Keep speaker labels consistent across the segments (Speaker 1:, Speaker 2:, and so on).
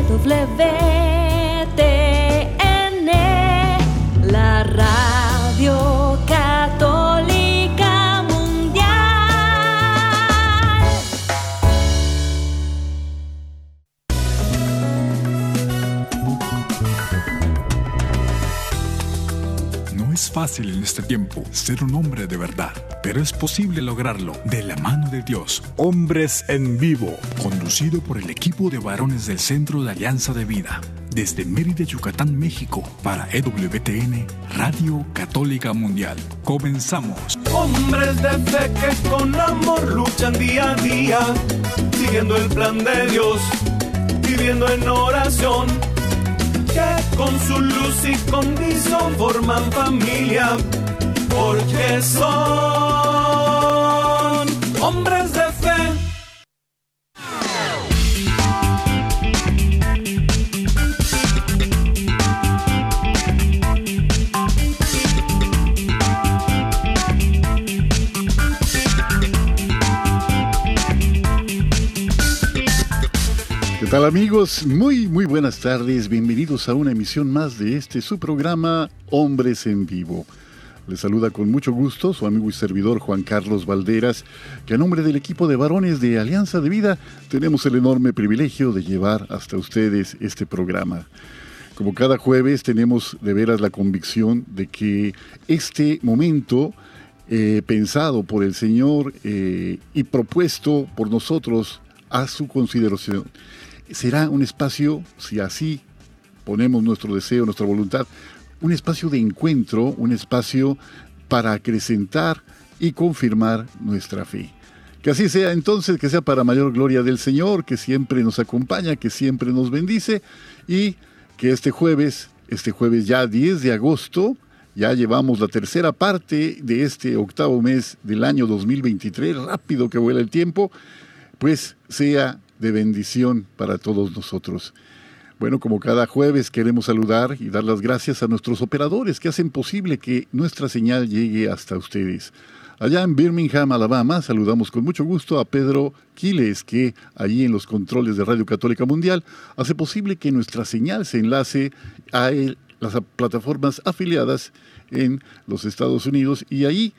Speaker 1: WTN, la Radio Católica Mundial.
Speaker 2: No es fácil en este tiempo ser un hombre de verdad, pero es posible lograrlo de la mano de Dios. Hombres en Vivo, conducido por el equipo de varones del Centro de Alianza de Vida, desde Mérida, Yucatán, México, para EWTN, Radio Católica Mundial. Comenzamos.
Speaker 3: Hombres de fe que con amor luchan día a día, siguiendo el plan de Dios, viviendo en oración, que con su luz y con visión forman familia, porque son hombres de fe.
Speaker 4: ¿Qué tal, amigos? Muy buenas tardes. Bienvenidos a una emisión más de su programa Hombres en Vivo. Les saluda con mucho gusto su amigo y servidor Juan Carlos Valderas, que a nombre del equipo de varones de Alianza de Vida tenemos el enorme privilegio de llevar hasta ustedes este programa. Como cada jueves tenemos de veras la convicción de que este momento pensado por el Señor y propuesto por nosotros a su consideración será un espacio, si así ponemos nuestro deseo, nuestra voluntad, un espacio de encuentro, un espacio para acrecentar y confirmar nuestra fe. Que así sea entonces, que sea para mayor gloria del Señor, que siempre nos acompaña, que siempre nos bendice, y que este jueves ya 10 de agosto, ya llevamos la tercera parte de este octavo mes del año 2023, rápido que vuela el tiempo, pues sea de bendición para todos nosotros. Bueno, como cada jueves queremos saludar y dar las gracias a nuestros operadores que hacen posible que nuestra señal llegue hasta ustedes. Allá en Birmingham, Alabama, saludamos con mucho gusto a Pedro Quiles, que allí en los controles de Radio Católica Mundial hace posible que nuestra señal se enlace a las plataformas afiliadas en los Estados Unidos y allí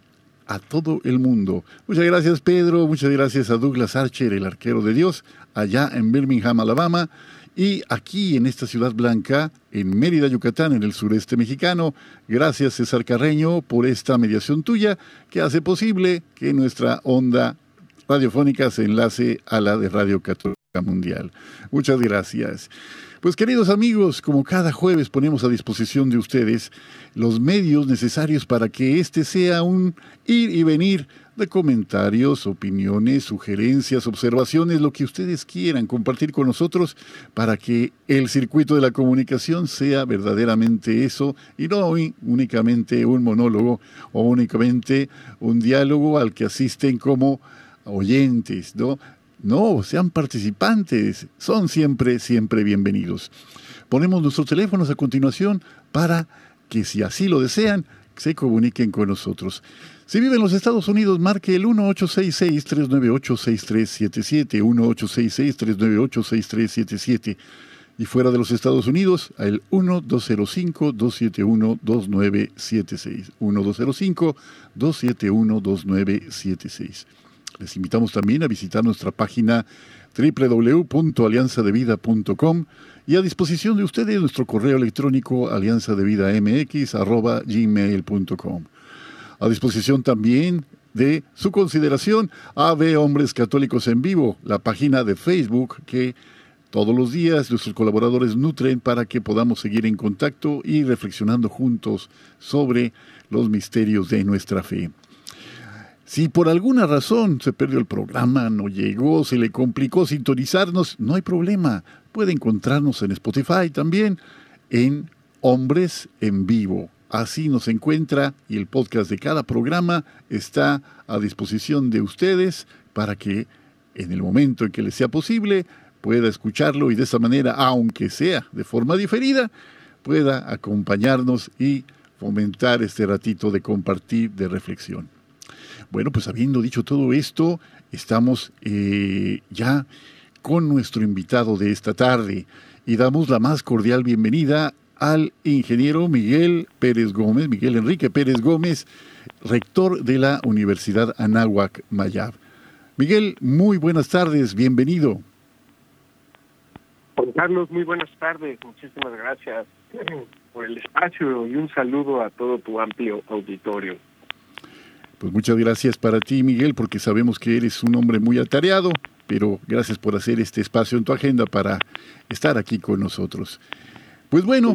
Speaker 4: a todo el mundo. Muchas gracias, Pedro. Muchas gracias a Douglas Archer, el arquero de Dios, allá en Birmingham, Alabama. Y aquí en esta ciudad blanca, en Mérida, Yucatán, en el sureste mexicano. Gracias, César Carreño, por esta mediación tuya que hace posible que nuestra onda radiofónica se enlace a la de Radio Católica Mundial. Muchas gracias. Pues, queridos amigos, como cada jueves ponemos a disposición de ustedes los medios necesarios para que este sea un ir y venir de comentarios, opiniones, sugerencias, observaciones, lo que ustedes quieran compartir con nosotros para que el circuito de la comunicación sea verdaderamente eso y no únicamente un monólogo o únicamente un diálogo al que asisten como oyentes, ¿no? No, sean participantes, son siempre bienvenidos. Ponemos nuestros teléfonos a continuación para que, si así lo desean, se comuniquen con nosotros. Si vive en los Estados Unidos, marque el 1-866-398-6377, 1-866-398-6377. Y fuera de los Estados Unidos, el 1-205-271-2976, 1-205-271-2976. Les invitamos también a visitar nuestra página www.alianzadevida.com y a disposición de ustedes nuestro correo electrónico alianzadevidamx@gmail.com. A disposición también de su consideración AB Hombres Católicos en Vivo, la página de Facebook que todos los días nuestros colaboradores nutren para que podamos seguir en contacto y reflexionando juntos sobre los misterios de nuestra fe. Si por alguna razón se perdió el programa, no llegó, se le complicó sintonizarnos, no hay problema. Puede encontrarnos en Spotify también, en Hombres en Vivo. Así nos encuentra y el podcast de cada programa está a disposición de ustedes para que en el momento en que les sea posible pueda escucharlo y de esa manera, aunque sea de forma diferida, pueda acompañarnos y fomentar este ratito de compartir, de reflexión. Bueno, pues habiendo dicho todo esto, estamos ya con nuestro invitado de esta tarde y damos la más cordial bienvenida al ingeniero Miguel Enrique Pérez Gómez, rector de la Universidad Anáhuac Mayab. Miguel, muy buenas tardes, bienvenido.
Speaker 5: Juan Carlos, muy buenas tardes, muchísimas gracias por el espacio y un saludo a todo tu amplio auditorio.
Speaker 4: Pues muchas gracias para ti, Miguel, porque sabemos que eres un hombre muy atareado, pero gracias por hacer este espacio en tu agenda para estar aquí con nosotros. Pues bueno,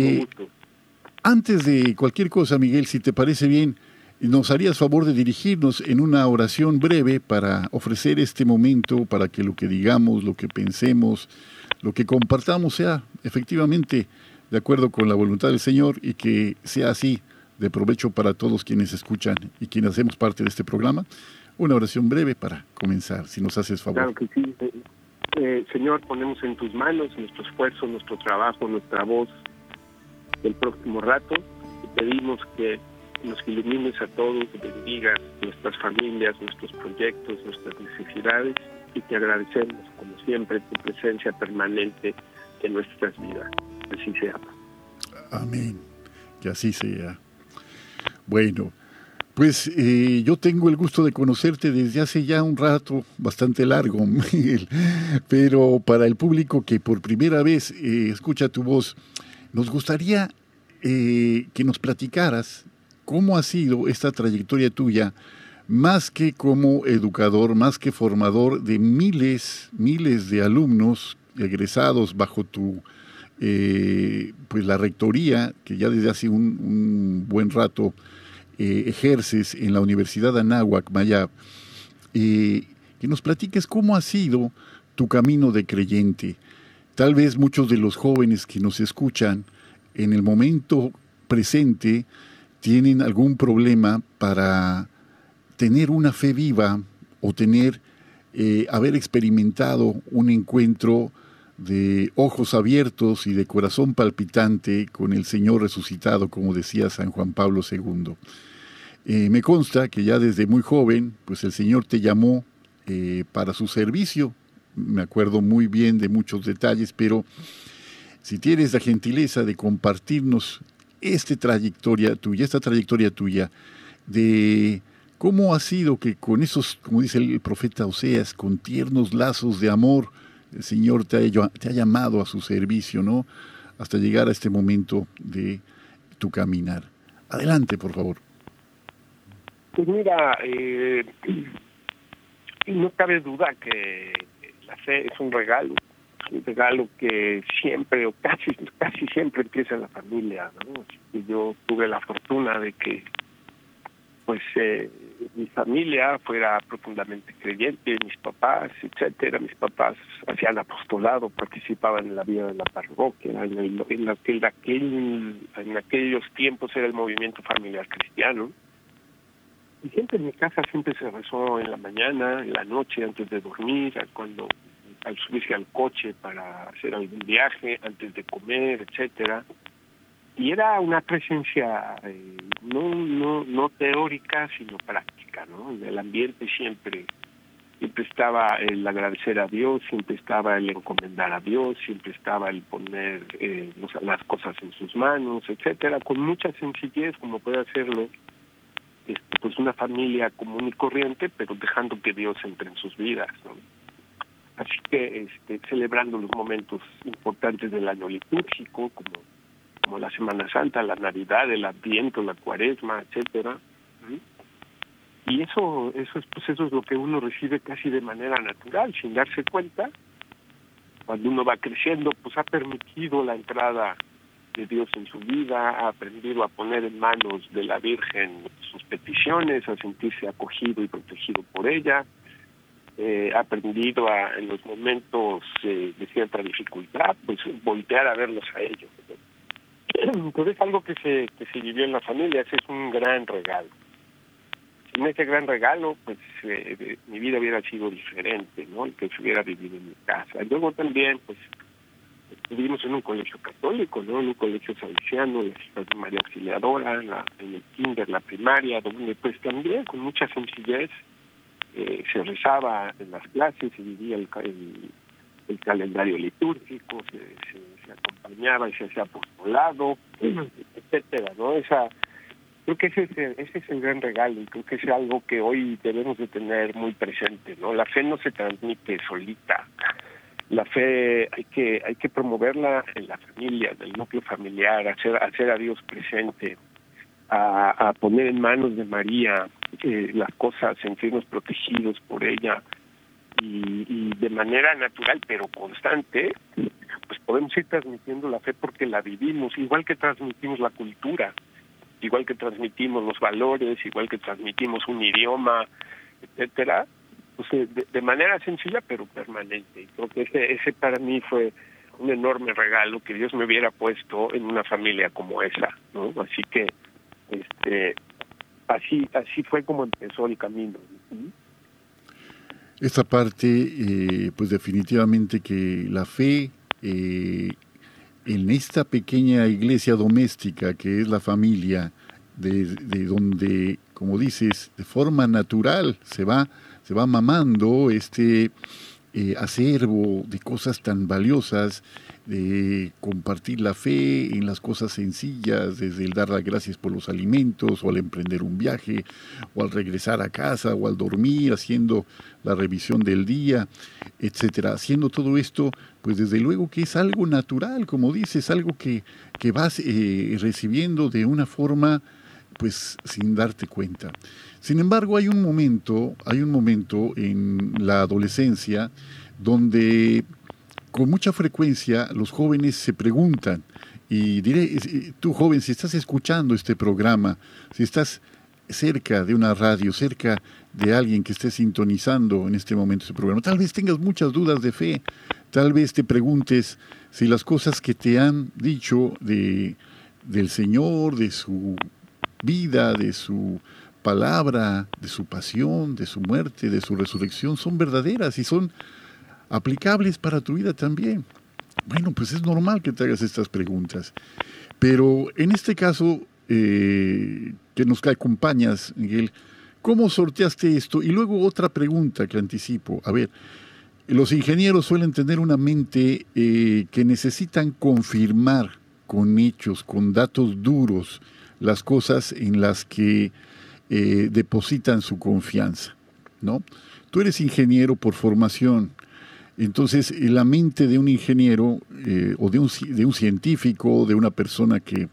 Speaker 4: antes de cualquier cosa, Miguel, si te parece bien, ¿nos harías favor de dirigirnos en una oración breve para ofrecer este momento, para que lo que digamos, lo que pensemos, lo que compartamos sea efectivamente de acuerdo con la voluntad del Señor y que sea así de provecho para todos quienes escuchan y quienes hacemos parte de este programa? Una oración breve para comenzar, si nos haces favor.
Speaker 5: Claro que sí. Señor, ponemos en tus manos nuestro esfuerzo, nuestro trabajo, nuestra voz el próximo rato. Y pedimos que nos ilumines a todos, bendigas nuestras familias, nuestros proyectos, nuestras necesidades, y te agradecemos, como siempre, tu presencia permanente en nuestras vidas. Así sea.
Speaker 4: Amén. Que así sea. Bueno, pues yo tengo el gusto de conocerte desde hace ya un rato bastante largo, Miguel, pero para el público que por primera vez escucha tu voz, nos gustaría que nos platicaras cómo ha sido esta trayectoria tuya, más que como educador, más que formador de miles de alumnos egresados bajo tu pues la rectoría que ya desde hace un buen rato ejerces en la Universidad Anáhuac Mayab, que nos platiques cómo ha sido tu camino de creyente. Tal vez muchos de los jóvenes que nos escuchan en el momento presente tienen algún problema para tener una fe viva o tener haber experimentado un encuentro de ojos abiertos y de corazón palpitante con el Señor resucitado, como decía San Juan Pablo II. Me consta que ya desde muy joven, pues el Señor te llamó para su servicio. Me acuerdo muy bien de muchos detalles, pero si tienes la gentileza de compartirnos esta trayectoria tuya, de cómo ha sido que con esos, como dice el profeta Oseas, con tiernos lazos de amor, el Señor te ha llamado a su servicio, ¿no? Hasta llegar a este momento de tu caminar. Adelante, por favor.
Speaker 5: Pues mira, no cabe duda que la fe es un regalo que siempre o casi siempre empieza en la familia, ¿no? Y yo tuve la fortuna de que pues mi familia fuera profundamente creyente, mis papás, etcétera. Mis papás hacían apostolado, participaban en la vida de la parroquia, en aquellos tiempos era el movimiento familiar cristiano. Y siempre en mi casa siempre se rezó en la mañana, en la noche, antes de dormir, al subirse al coche para hacer algún viaje, antes de comer, etcétera. Y era una presencia no teórica, sino práctica, ¿no? En el ambiente siempre estaba el agradecer a Dios, siempre estaba el encomendar a Dios, siempre estaba el poner las cosas en sus manos, etcétera, con mucha sencillez, como puede hacerlo pues una familia común y corriente, pero dejando que Dios entre en sus vidas, ¿no? Así que celebrando los momentos importantes del año litúrgico, como la Semana Santa, la Navidad, el Adviento, la Cuaresma, etcétera. Y eso es lo que uno recibe casi de manera natural, sin darse cuenta. Cuando uno va creciendo, pues ha permitido la entrada de Dios en su vida, ha aprendido a poner en manos de la Virgen sus peticiones, a sentirse acogido y protegido por ella, ha aprendido en los momentos de cierta dificultad, pues voltear a verlos a ellos. Entonces es algo que se vivió en la familia, ese es un gran regalo. Sin ese gran regalo, pues mi vida hubiera sido diferente, ¿no? El que se hubiera vivido en mi casa. Y luego también, pues, vivimos en un colegio católico, ¿no? En un colegio salesiano, en la Ciudad de María Auxiliadora, en el kinder, la primaria, donde pues también con mucha sencillez se rezaba en las clases, se vivía el calendario litúrgico, se acompañaba y se hacía apostolado, etcétera, ¿no? Creo que ese es el gran regalo, y creo que es algo que hoy debemos de tener muy presente, ¿no? La fe no se transmite solita. La fe hay que promoverla en la familia, en el núcleo familiar, hacer a Dios presente, a poner en manos de María las cosas, sentirnos protegidos por ella, y de manera natural pero constante, pues podemos ir transmitiendo la fe porque la vivimos, igual que transmitimos la cultura, igual que transmitimos los valores, igual que transmitimos un idioma, etcétera, pues de manera sencilla pero permanente. Y creo que ese para mí fue un enorme regalo que Dios me hubiera puesto en una familia como esa, ¿no? Así que así fue como empezó el camino.
Speaker 4: Esta parte, pues definitivamente que la fe en esta pequeña iglesia doméstica que es la familia, de donde, como dices, de forma natural se va mamando este acervo de cosas tan valiosas, de compartir la fe en las cosas sencillas, desde el dar las gracias por los alimentos, o al emprender un viaje, o al regresar a casa, o al dormir, haciendo la revisión del día, etcétera. Haciendo todo esto, pues desde luego que es algo natural, como dices, algo que vas recibiendo de una forma, pues sin darte cuenta. Sin embargo, hay un momento en la adolescencia donde con mucha frecuencia los jóvenes se preguntan, y diré, tú joven, si estás escuchando este programa, si estás cerca de una radio, cerca de alguien que esté sintonizando en este momento este programa, tal vez tengas muchas dudas de fe, tal vez te preguntes si las cosas que te han dicho del Señor, de su vida, de su palabra, de su pasión, de su muerte, de su resurrección, son verdaderas y son aplicables para tu vida también. Bueno, pues es normal que te hagas estas preguntas. Pero en este caso que nos acompañas, Miguel, ¿cómo sorteaste esto? Y luego otra pregunta que anticipo. A ver, los ingenieros suelen tener una mente que necesitan confirmar con hechos, con datos duros, las cosas en las que depositan su confianza, ¿no? Tú eres ingeniero por formación. Entonces, la mente de un ingeniero o de un científico, de una persona que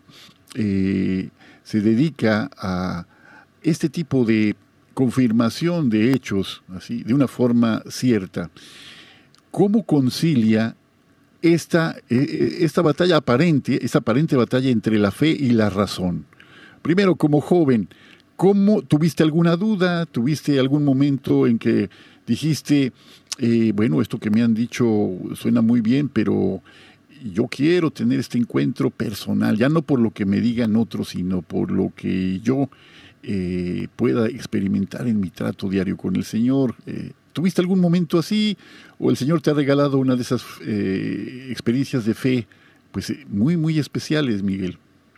Speaker 4: se dedica a este tipo de confirmación de hechos, así, de una forma cierta, ¿cómo concilia esta batalla aparente, esta aparente batalla entre la fe y la razón? Primero, como joven, ¿cómo tuviste alguna duda? ¿Tuviste algún momento en que dijiste, bueno, esto que me han dicho suena muy bien, pero yo quiero tener este encuentro personal, ya no por lo que me digan otros, sino por lo que yo pueda experimentar en mi trato diario con el Señor? ¿Tuviste algún momento así? ¿O el Señor te ha regalado una de esas experiencias de fe, pues muy, muy especiales, Miguel?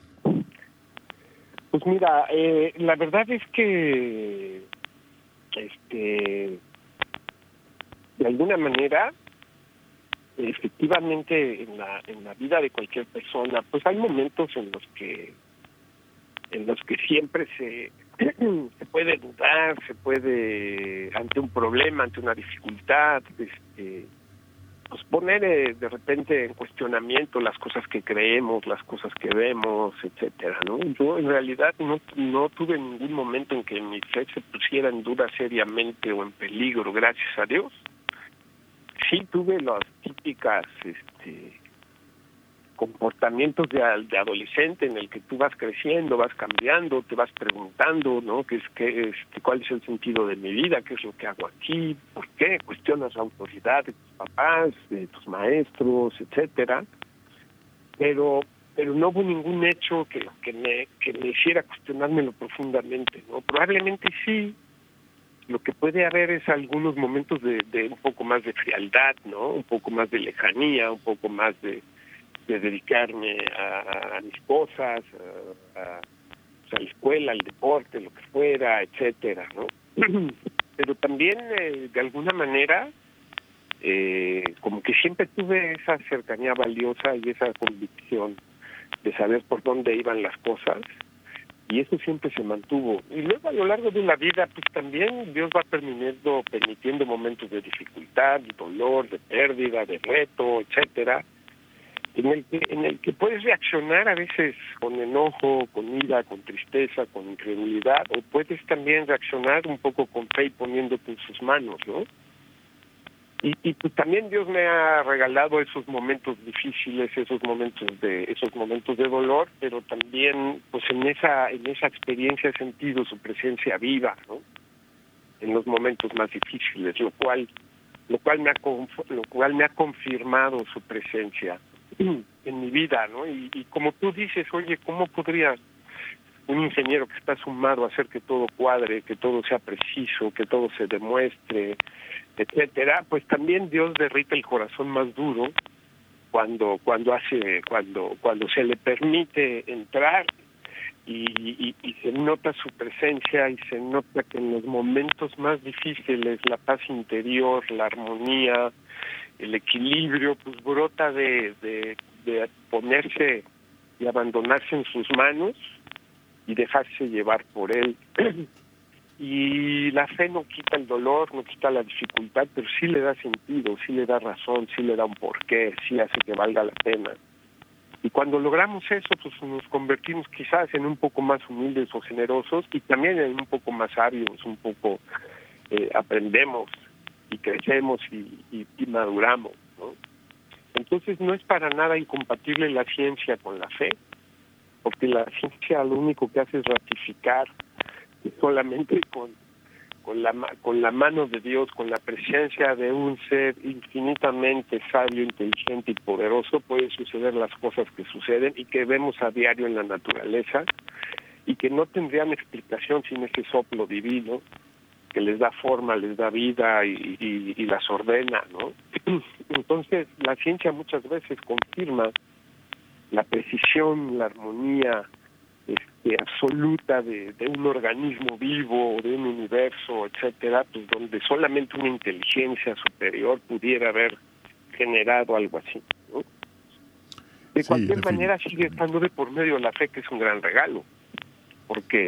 Speaker 5: Pues mira, la verdad es que de alguna manera, efectivamente, en la vida de cualquier persona, pues hay momentos en los que siempre se puede dudar, se puede, ante un problema, ante una dificultad, pues poner de repente en cuestionamiento las cosas que creemos, las cosas que vemos, etcétera, ¿no? Yo en realidad no tuve ningún momento en que mi fe se pusiera en duda seriamente o en peligro, gracias a Dios. Sí tuve las típicas comportamientos de adolescente en el que tú vas creciendo, vas cambiando, te vas preguntando, ¿no? ¿Cuál es el sentido de mi vida? ¿Qué es lo que hago aquí? ¿Por qué? Cuestionas la autoridad de tus papás, de tus maestros, etcétera. Pero no hubo ningún hecho que me hiciera cuestionármelo profundamente, ¿no? Probablemente sí. Lo que puede haber es algunos momentos de un poco más de frialdad, ¿no? Un poco más de lejanía, un poco más de dedicarme a mis cosas, a la escuela, al deporte, lo que fuera, etcétera, ¿no? Pero también, de alguna manera, como que siempre tuve esa cercanía valiosa y esa convicción de saber por dónde iban las cosas, y eso siempre se mantuvo. Y luego a lo largo de la vida, pues también Dios va permitiendo momentos de dificultad, de dolor, de pérdida, de reto, etcétera, en el que puedes reaccionar a veces con enojo, con ira, con tristeza, con incredulidad, o puedes también reaccionar un poco con fe y poniéndote en sus manos, ¿no? Y pues también Dios me ha regalado esos momentos difíciles, esos momentos de dolor, pero también pues en esa experiencia he sentido su presencia viva, ¿no? En los momentos más difíciles, lo cual me ha confirmado su presencia en mi vida, ¿no? Y como tú dices, oye, ¿cómo podría un ingeniero que está sumado a hacer que todo cuadre, que todo sea preciso, que todo se demuestre, etcétera? Pues también Dios derrite el corazón más duro cuando se le permite entrar y se nota su presencia, y se nota que en los momentos más difíciles la paz interior, la armonía, el equilibrio, pues brota de ponerse y abandonarse en sus manos y dejarse llevar por él. Y la fe no quita el dolor, no quita la dificultad, pero sí le da sentido, sí le da razón, sí le da un porqué, sí hace que valga la pena. Y cuando logramos eso, pues nos convertimos quizás en un poco más humildes o generosos, y también en un poco más sabios, un poco aprendemos y crecemos y maduramos, ¿no? Entonces no es para nada incompatible la ciencia con la fe, porque la ciencia lo único que hace es ratificar que solamente con la mano de Dios, con la presencia de un ser infinitamente sabio, inteligente y poderoso, pueden suceder las cosas que suceden y que vemos a diario en la naturaleza, y que no tendrían explicación sin ese soplo divino que les da forma, les da vida y las ordena, ¿no? Entonces la ciencia muchas veces confirma la precisión, la armonía absoluta de un organismo vivo, de un universo, etcétera, pues donde solamente una inteligencia superior pudiera haber generado algo así, ¿no? De cualquier manera sigue estando de por medio la fe, que es un gran regalo, porque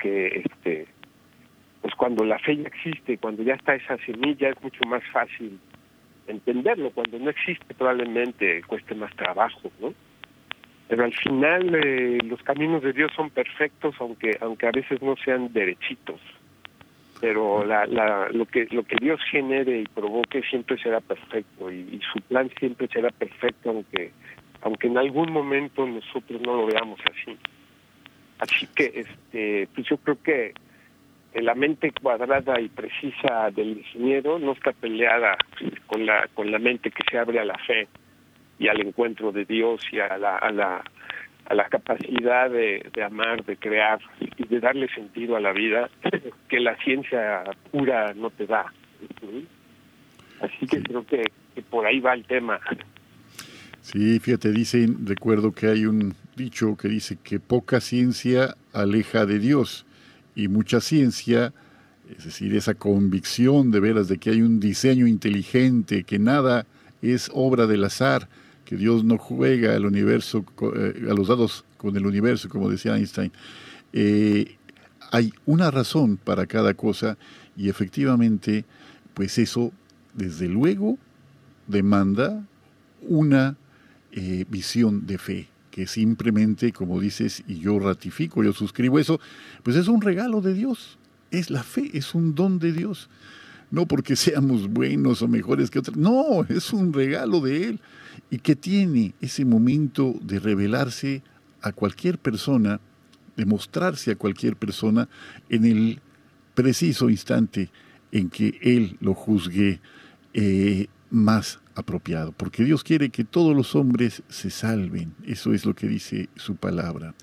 Speaker 5: pues cuando la fe ya existe, cuando ya está esa semilla, es mucho más fácil entenderlo. Cuando no existe, probablemente cueste más trabajo, ¿no? Pero al final los caminos de Dios son perfectos, aunque a veces no sean derechitos. Pero lo que Dios genere y provoque siempre será perfecto, y su plan siempre será perfecto, aunque en algún momento nosotros no lo veamos así. Así que pues yo creo que la mente cuadrada y precisa del ingeniero no está peleada con la mente que se abre a la fe y al encuentro de Dios y a la capacidad de amar, de crear y de darle sentido a la vida que la ciencia pura no te da. Así que creo que por ahí va el tema.
Speaker 4: Sí, fíjate, recuerdo que hay un dicho que dice que poca ciencia aleja de Dios, y mucha ciencia, es decir, esa convicción de veras de que hay un diseño inteligente, que nada es obra del azar, que Dios no juega al universo, a los dados con el universo, como decía Einstein. Hay una razón para cada cosa, y efectivamente, pues eso, desde luego, demanda una visión de fe, que simplemente, como dices, y yo ratifico, yo suscribo eso, pues es un regalo de Dios. Es la fe, es un don de Dios. No porque seamos buenos o mejores que otros, no, es un regalo de Él, y que tiene ese momento de revelarse a cualquier persona, de mostrarse a cualquier persona en el preciso instante en que Él lo juzgue más apropiado, porque Dios quiere que todos los hombres se salven. Eso es lo que dice su palabra.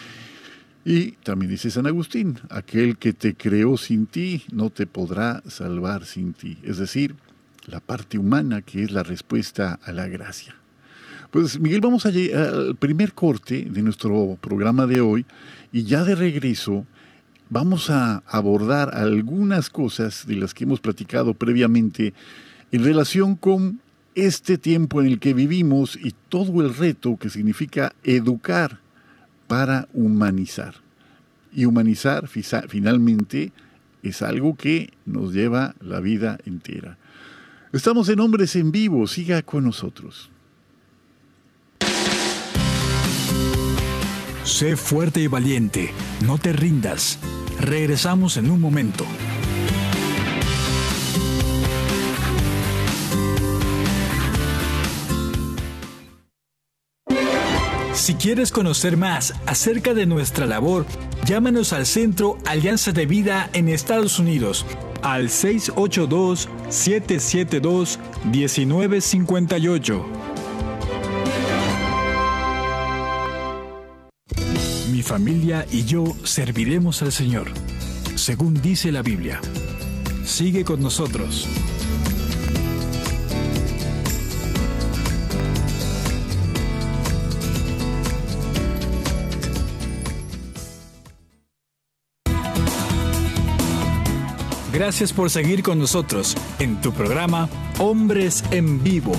Speaker 4: Y también dice San Agustín: aquel que te creó sin ti no te podrá salvar sin ti. Es decir, la parte humana, que es la respuesta a la gracia. Pues Miguel, vamos al primer corte de nuestro programa de hoy, y ya de regreso vamos a abordar algunas cosas de las que hemos platicado previamente en relación con este tiempo en el que vivimos y todo el reto que significa educar para humanizar. Y humanizar finalmente es algo que nos lleva la vida entera. Estamos en Hombres en Vivo, siga con nosotros.
Speaker 2: Sé fuerte y valiente, no te rindas. Regresamos en un momento. Si quieres conocer más acerca de nuestra labor, llámanos al Centro Alianza de Vida en Estados Unidos al 682-772-1958. Mi familia y yo serviremos al Señor, según dice la Biblia. Sigue con nosotros. Gracias por seguir con nosotros en tu programa Hombres en Vivo.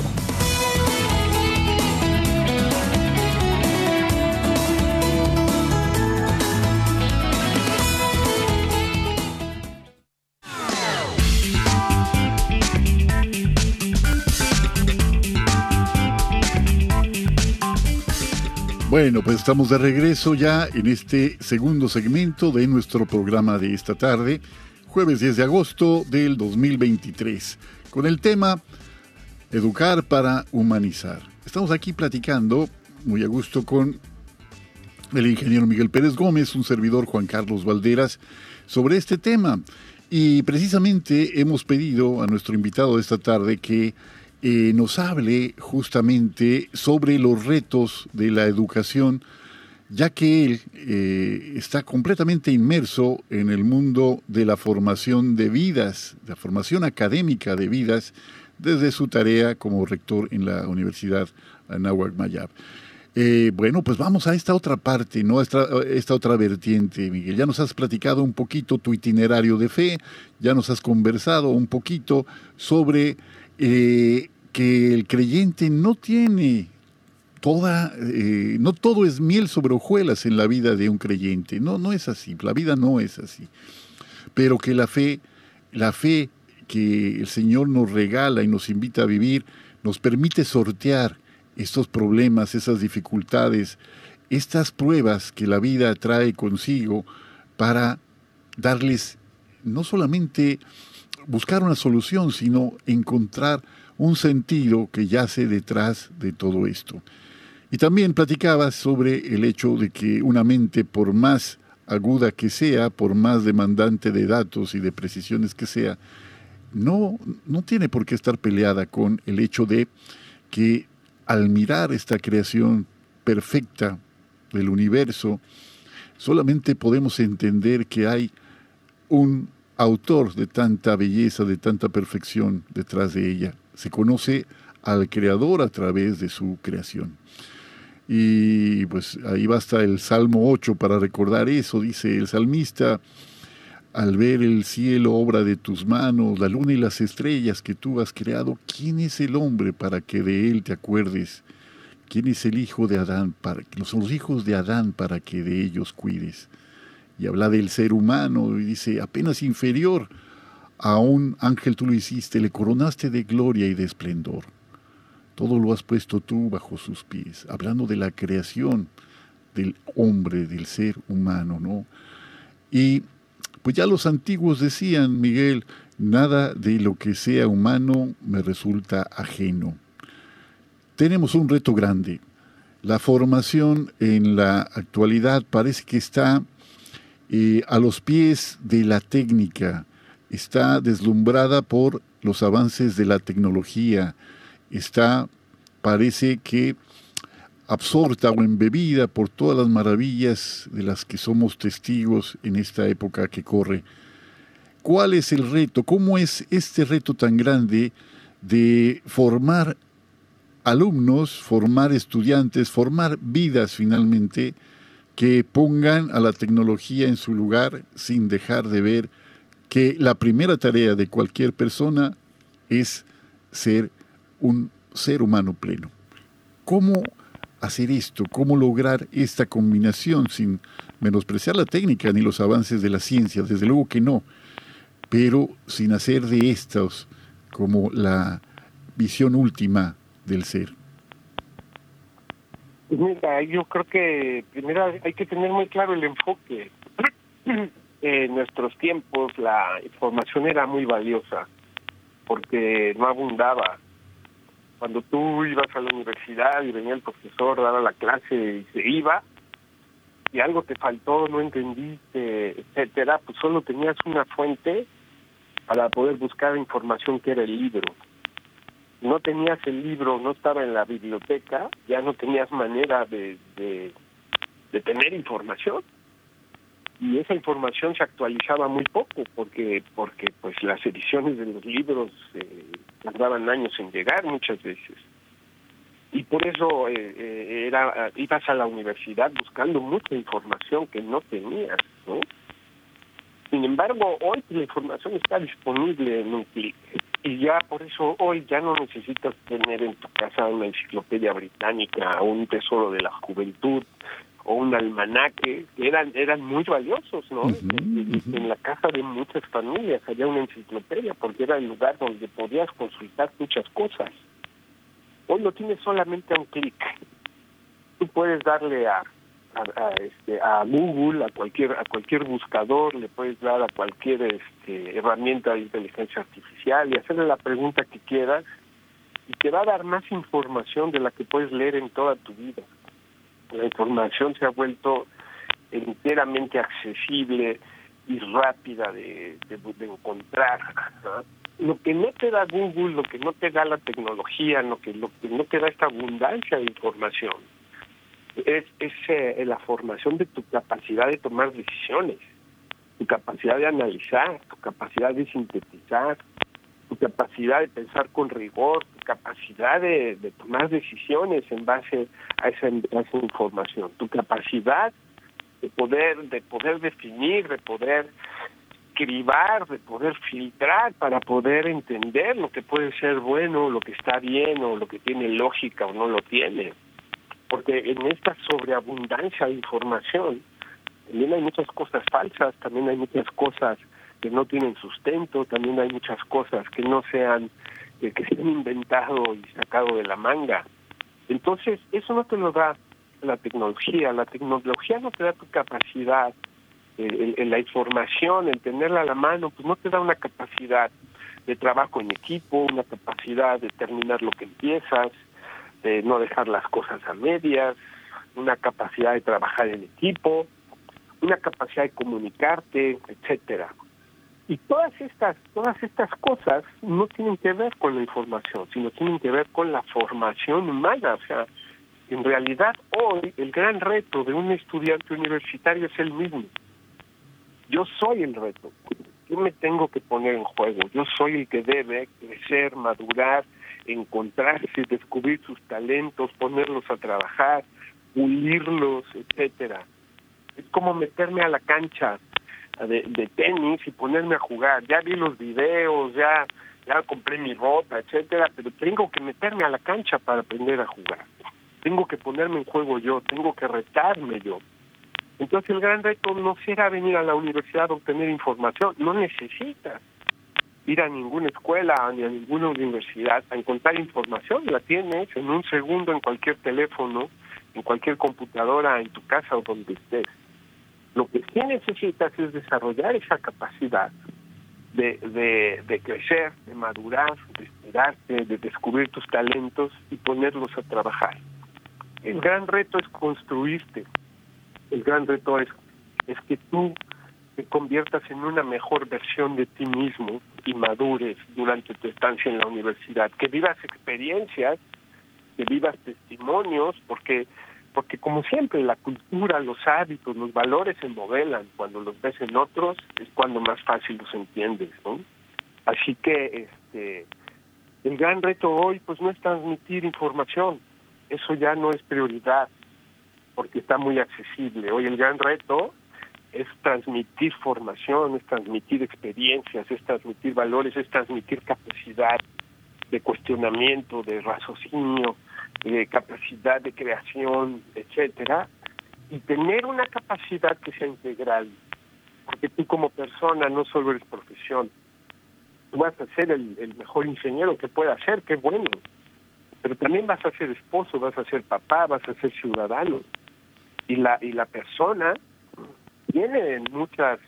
Speaker 4: Bueno, pues estamos de regreso ya en este segundo segmento de nuestro programa de esta tarde, jueves 10 de agosto del 2023, con el tema Educar para Humanizar. Estamos aquí platicando muy a gusto con el ingeniero Miguel Pérez Gómez, un servidor Juan Carlos Valderas, sobre este tema. Y precisamente hemos pedido a nuestro invitado de esta tarde que nos hable justamente sobre los retos de la educación, ya que él está completamente inmerso en el mundo de la formación de vidas, la formación académica de vidas, desde su tarea como rector en la Universidad Anáhuac Mayab. Bueno, pues vamos a esta otra parte, ¿no? Esta otra vertiente, Miguel. Ya nos has platicado un poquito tu itinerario de fe, ya nos has conversado un poquito sobre que el creyente no tiene no todo es miel sobre hojuelas en la vida de un creyente. No es así, la vida no es así. Pero que la fe que el Señor nos regala y nos invita a vivir, nos permite sortear estos problemas, esas dificultades, estas pruebas que la vida trae consigo para darles no solamente buscar una solución, sino encontrar un sentido que yace detrás de todo esto. Y también platicabas sobre el hecho de que una mente, por más aguda que sea, por más demandante de datos y de precisiones que sea, no tiene por qué estar peleada con el hecho de que al mirar esta creación perfecta del universo, solamente podemos entender que hay un autor de tanta belleza, de tanta perfección detrás de ella. Se conoce al Creador a través de su creación. Y pues ahí basta el Salmo 8 para recordar eso. Dice el salmista: al ver el cielo, obra de tus manos, la luna y las estrellas que tú has creado, ¿quién es el hombre para que de él te acuerdes? ¿Quién es el hijo de Adán? Son los hijos de Adán para que de ellos cuides. Y habla del ser humano y dice: apenas inferior a un ángel tú lo hiciste, le coronaste de gloria y de esplendor. Todo lo has puesto tú bajo sus pies. Hablando de la creación del hombre, del ser humano, ¿no? Y pues ya los antiguos decían, Miguel, nada de lo que sea humano me resulta ajeno. Tenemos un reto grande. La formación en la actualidad parece que está a los pies de la técnica, está deslumbrada por los avances de la tecnología, parece que absorta o embebida por todas las maravillas de las que somos testigos en esta época que corre. ¿Cuál es el reto? ¿Cómo es este reto tan grande de formar alumnos, formar estudiantes, formar vidas finalmente que pongan a la tecnología en su lugar sin dejar de ver que la primera tarea de cualquier persona es ser un ser humano pleno. ¿Cómo hacer esto? ¿Cómo lograr esta combinación sin menospreciar la técnica ni los avances de la ciencia? Desde luego que no, pero sin hacer de estos como la visión última del ser.
Speaker 5: Mira, yo creo que primero hay que tener muy claro el enfoque. En nuestros tiempos la información era muy valiosa porque no abundaba. Cuando tú ibas a la universidad y venía el profesor, daba la clase y se iba, y algo te faltó, no entendiste, etcétera, pues solo tenías una fuente para poder buscar información, que era el libro. No tenías el libro, no estaba en la biblioteca, ya no tenías manera de tener información. Y esa información se actualizaba muy poco porque pues las ediciones de los libros tardaban años en llegar muchas veces. Y por eso ibas a la universidad buscando mucha información que no tenías, ¿no? Sin embargo, hoy la información está disponible en un clic. Y ya por eso hoy ya no necesitas tener en tu casa una enciclopedia británica o un tesoro de la juventud o un almanaque, que eran muy valiosos, ¿no? En la casa de muchas familias había una enciclopedia porque era el lugar donde podías consultar muchas cosas. Hoy lo tienes solamente a un clic. Tú puedes darle a Google, a cualquier buscador, le puedes dar a cualquier herramienta de inteligencia artificial y hacerle la pregunta que quieras y te va a dar más información de la que puedes leer en toda tu vida. La información se ha vuelto enteramente accesible y rápida de encontrar, ¿no? Lo que no te da Google, lo que no te da la tecnología, lo que no te da esta abundancia de información, es la formación de tu capacidad de tomar decisiones, tu capacidad de analizar, tu capacidad de sintetizar, tu capacidad de pensar con rigor, tu capacidad de tomar decisiones en base a esa información, tu capacidad de poder definir, de poder cribar, de poder filtrar para poder entender lo que puede ser bueno, lo que está bien o lo que tiene lógica o no lo tiene. Porque en esta sobreabundancia de información también hay muchas cosas falsas, también hay muchas cosas que no tienen sustento, también hay muchas cosas que se han inventado y sacado de la manga. Entonces, eso no te lo da la tecnología no te da tu capacidad, la información, el tenerla a la mano, pues no te da una capacidad de trabajo en equipo, una capacidad de terminar lo que empiezas, de no dejar las cosas a medias, una capacidad de trabajar en equipo, una capacidad de comunicarte, etcétera. Y todas estas cosas no tienen que ver con la información, sino tienen que ver con la formación humana. O sea, en realidad hoy el gran reto de un estudiante universitario es el mismo. Yo soy el reto. Yo me tengo que poner en juego. Yo soy el que debe crecer, madurar, encontrarse, descubrir sus talentos, ponerlos a trabajar, pulirlos, etcétera. Es como meterme a la cancha de tenis y ponerme a jugar. Ya vi los videos, ya compré mi ropa, etcétera, pero tengo que meterme a la cancha para aprender a jugar. Tengo que ponerme en juego yo, tengo que retarme yo. Entonces el gran reto no será venir a la universidad a obtener información, no necesitas ir a ninguna escuela ni a ninguna universidad a encontrar información, la tienes en un segundo en cualquier teléfono, en cualquier computadora, en tu casa o donde estés. Lo que sí necesitas es desarrollar esa capacidad de crecer, de madurar, de esperarte, de descubrir tus talentos y ponerlos a trabajar. El gran reto es construirte. El gran reto es que tú te conviertas en una mejor versión de ti mismo y madures durante tu estancia en la universidad, que vivas experiencias, que vivas testimonios, porque como siempre la cultura, los hábitos, los valores se modelan. Cuando los ves en otros es cuando más fácil los entiendes, ¿no? Así que el gran reto hoy pues no es transmitir información, eso ya no es prioridad porque está muy accesible. Hoy el gran reto es transmitir formación, es transmitir experiencias, es transmitir valores, es transmitir capacidad. de cuestionamiento, de raciocinio, de capacidad de creación, etcétera, y tener una capacidad que sea integral, porque tú como persona no solo eres profesión, tú vas a ser el mejor ingeniero que pueda ser, qué bueno, pero también vas a ser esposo, vas a ser papá, vas a ser ciudadano, y la persona tiene muchas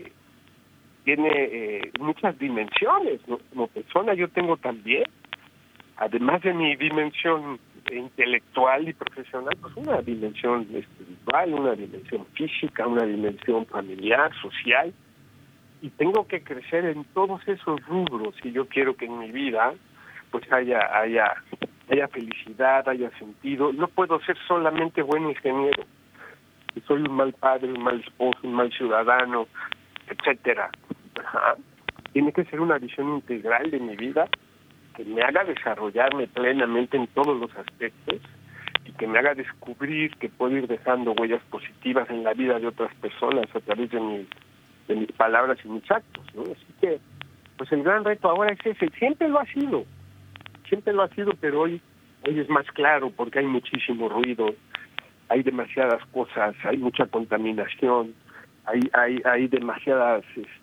Speaker 5: muchas dimensiones, ¿no? Como persona yo tengo también, además de mi dimensión intelectual y profesional, pues una dimensión espiritual, una dimensión física, una dimensión familiar, social, y tengo que crecer en todos esos rubros si yo quiero que en mi vida pues haya felicidad, haya sentido. No puedo ser solamente buen ingeniero, si soy un mal padre, un mal esposo, un mal ciudadano, etcétera. Tiene que ser una visión integral de mi vida que me haga desarrollarme plenamente en todos los aspectos y que me haga descubrir que puedo ir dejando huellas positivas en la vida de otras personas a través de mis palabras y mis actos, ¿no? Así que, pues el gran reto ahora es ese. Siempre lo ha sido, pero hoy es más claro porque hay muchísimo ruido, hay demasiadas cosas, hay mucha contaminación, hay demasiadas,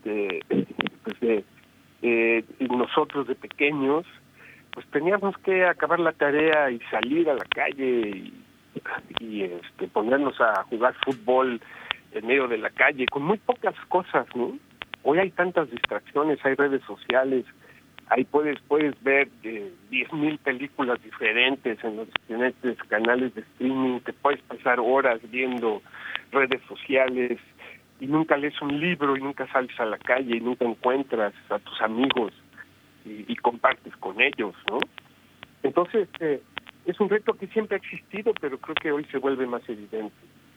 Speaker 5: nosotros de pequeños, pues teníamos que acabar la tarea y salir a la calle y ponernos a jugar fútbol en medio de la calle, con muy pocas cosas, ¿no? Hoy hay tantas distracciones, hay redes sociales, ahí puedes ver 10,000 películas diferentes en los diferentes canales de streaming, te puedes pasar horas viendo redes sociales y nunca lees un libro y nunca sales a la calle y nunca encuentras a tus amigos y compartes con ellos, ¿no? Entonces, es un reto que siempre ha existido, pero creo que hoy se vuelve más evidente.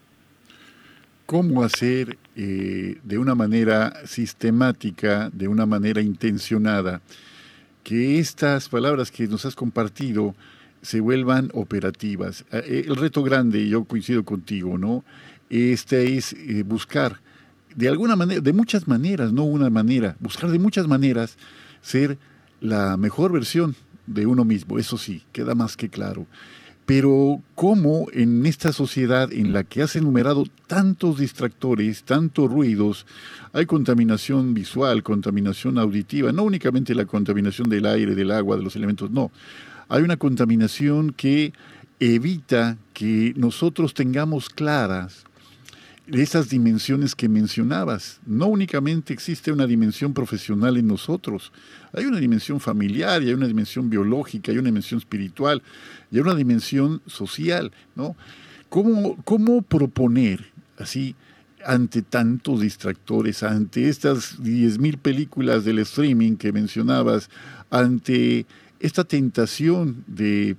Speaker 4: ¿Cómo hacer de una manera sistemática, de una manera intencionada, que estas palabras que nos has compartido se vuelvan operativas? El reto grande, y yo coincido contigo, ¿no? Es buscar de alguna manera, de muchas maneras, no una manera, buscar de muchas maneras ser la mejor versión de uno mismo. Eso sí, queda más que claro. Pero cómo en esta sociedad en la que has enumerado tantos distractores, tantos ruidos, hay contaminación visual, contaminación auditiva, no únicamente la contaminación del aire, del agua, de los elementos, no. Hay una contaminación que evita que nosotros tengamos claras esas dimensiones que mencionabas. No únicamente existe una dimensión profesional en nosotros, hay una dimensión familiar, y hay una dimensión biológica, hay una dimensión espiritual, y hay una dimensión social, ¿no? ¿Cómo proponer así ante tantos distractores, ante estas 10,000 películas del streaming que mencionabas, ante esta tentación de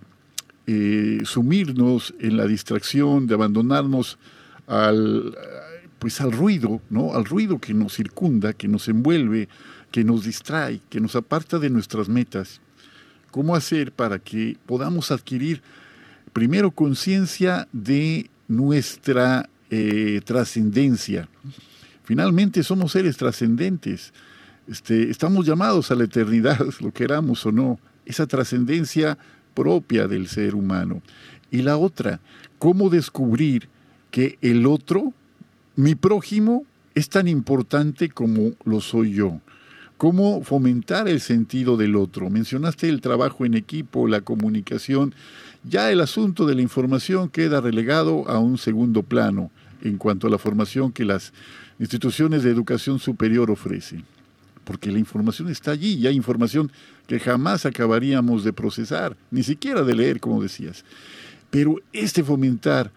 Speaker 4: sumirnos en la distracción, de abandonarnos al ruido, ¿no? Al ruido que nos circunda, que nos envuelve, que nos distrae, que nos aparta de nuestras metas? ¿Cómo hacer para que podamos adquirir primero conciencia de nuestra trascendencia? Finalmente somos seres trascendentes. Estamos llamados a la eternidad, lo queramos o no, esa trascendencia propia del ser humano. Y la otra, ¿cómo descubrir que el otro, mi prójimo, es tan importante como lo soy yo? ¿Cómo fomentar el sentido del otro? Mencionaste el trabajo en equipo, la comunicación. Ya el asunto de la información queda relegado a un segundo plano en cuanto a la formación que las instituciones de educación superior ofrecen. Porque la información está allí, y hay información que jamás acabaríamos de procesar, ni siquiera de leer, como decías. Pero fomentar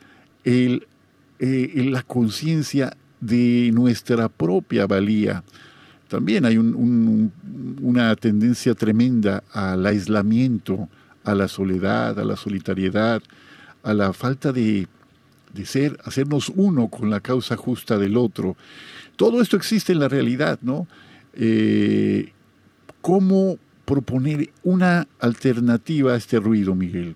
Speaker 4: la conciencia de nuestra propia valía. También hay una tendencia tremenda al aislamiento, a la soledad, a la solitariedad, a la falta de hacernos uno con la causa justa del otro. Todo esto existe en la realidad, ¿no? ¿Cómo proponer una alternativa a este ruido, Miguel?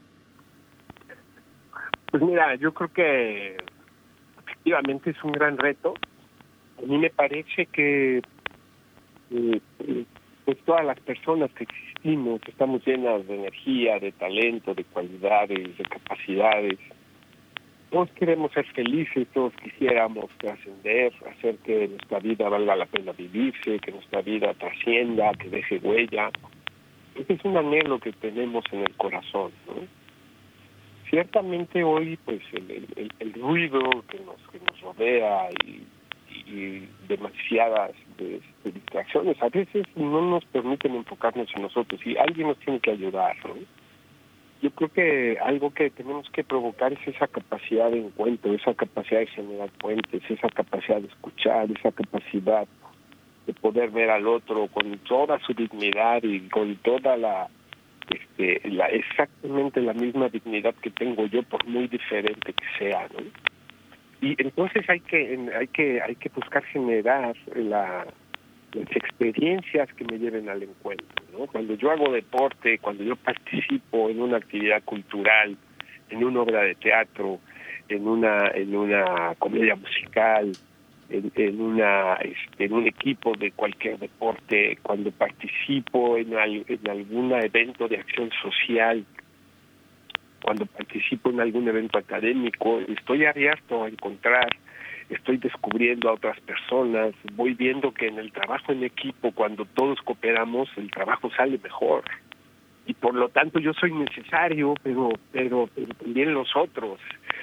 Speaker 5: Pues mira, yo creo que efectivamente es un gran reto. A mí me parece que pues todas las personas que existimos estamos llenas de energía, de talento, de cualidades, de capacidades. Todos queremos ser felices, todos quisiéramos trascender, hacer que nuestra vida valga la pena vivirse, que nuestra vida trascienda, que deje huella. Ese es un anhelo que tenemos en el corazón, ¿no? Ciertamente hoy, pues, el ruido que nos rodea y demasiadas distracciones a veces no nos permiten enfocarnos en nosotros y alguien nos tiene que ayudar, ¿no? Yo creo que algo que tenemos que provocar es esa capacidad de encuentro, esa capacidad de generar puentes, esa capacidad de escuchar, esa capacidad de poder ver al otro con toda su dignidad y con toda exactamente la misma dignidad que tengo yo, por muy diferente que sea, ¿no? Y entonces hay que buscar generar las experiencias que me lleven al encuentro, ¿no? Cuando yo hago deporte, cuando yo participo en una actividad cultural, en una obra de teatro, en una comedia musical, en un equipo de cualquier deporte, cuando participo en algún evento de acción social, cuando participo en algún evento académico, estoy abierto a encontrar, estoy descubriendo a otras personas, voy viendo que en el trabajo en equipo, cuando todos cooperamos, el trabajo sale mejor. Y por lo tanto yo soy necesario, pero también los otros.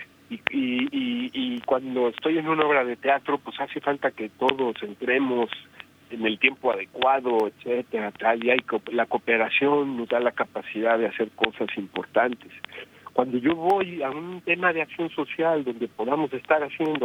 Speaker 5: Y cuando estoy en una obra de teatro, pues hace falta que todos entremos en el tiempo adecuado, etcétera, tal, y la cooperación nos da la capacidad de hacer cosas importantes. Cuando yo voy a un tema de acción social donde podamos estar haciendo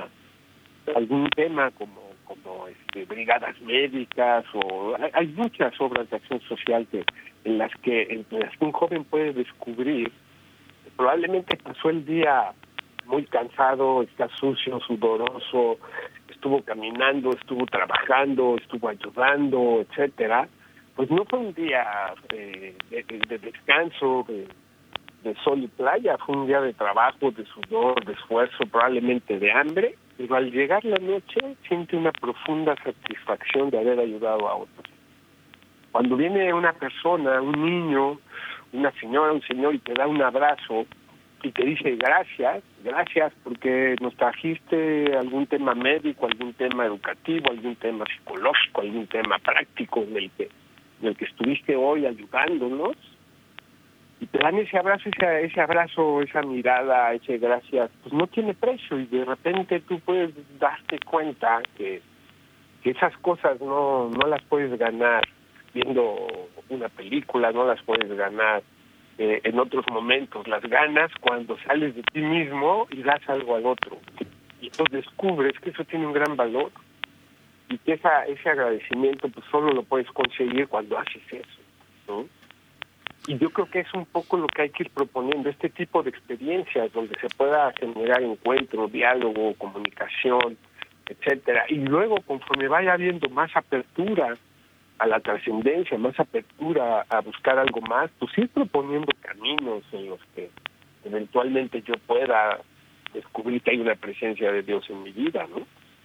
Speaker 5: algún tema como brigadas médicas, o hay muchas obras de acción social en las que un joven puede descubrir, probablemente pasó el día muy cansado, está sucio, sudoroso, estuvo caminando, estuvo trabajando, estuvo ayudando, etcétera. Pues no fue un día de descanso, de sol y playa, fue un día de trabajo, de sudor, de esfuerzo, probablemente de hambre, pero al llegar la noche siente una profunda satisfacción de haber ayudado a otros. Cuando viene una persona, un niño, una señora, un señor, y te da un abrazo y te dice gracias porque nos trajiste algún tema médico, algún tema educativo, algún tema psicológico, algún tema práctico en el que estuviste hoy ayudándonos, y te dan ese abrazo, esa mirada, ese gracias, pues no tiene precio, y de repente tú puedes darte cuenta que esas cosas no las puedes ganar viendo una película, no las puedes ganar en otros momentos, las ganas cuando sales de ti mismo y das algo al otro, y entonces descubres que eso tiene un gran valor y que ese agradecimiento pues solo lo puedes conseguir cuando haces eso, ¿no? Y yo creo que es un poco lo que hay que ir proponiendo, este tipo de experiencias donde se pueda generar encuentro, diálogo, comunicación, etcétera, y luego conforme vaya habiendo más apertura a la trascendencia, más apertura a buscar algo más, pues ir proponiendo caminos en los que eventualmente yo pueda descubrir que hay una presencia de Dios en mi vida, ¿no?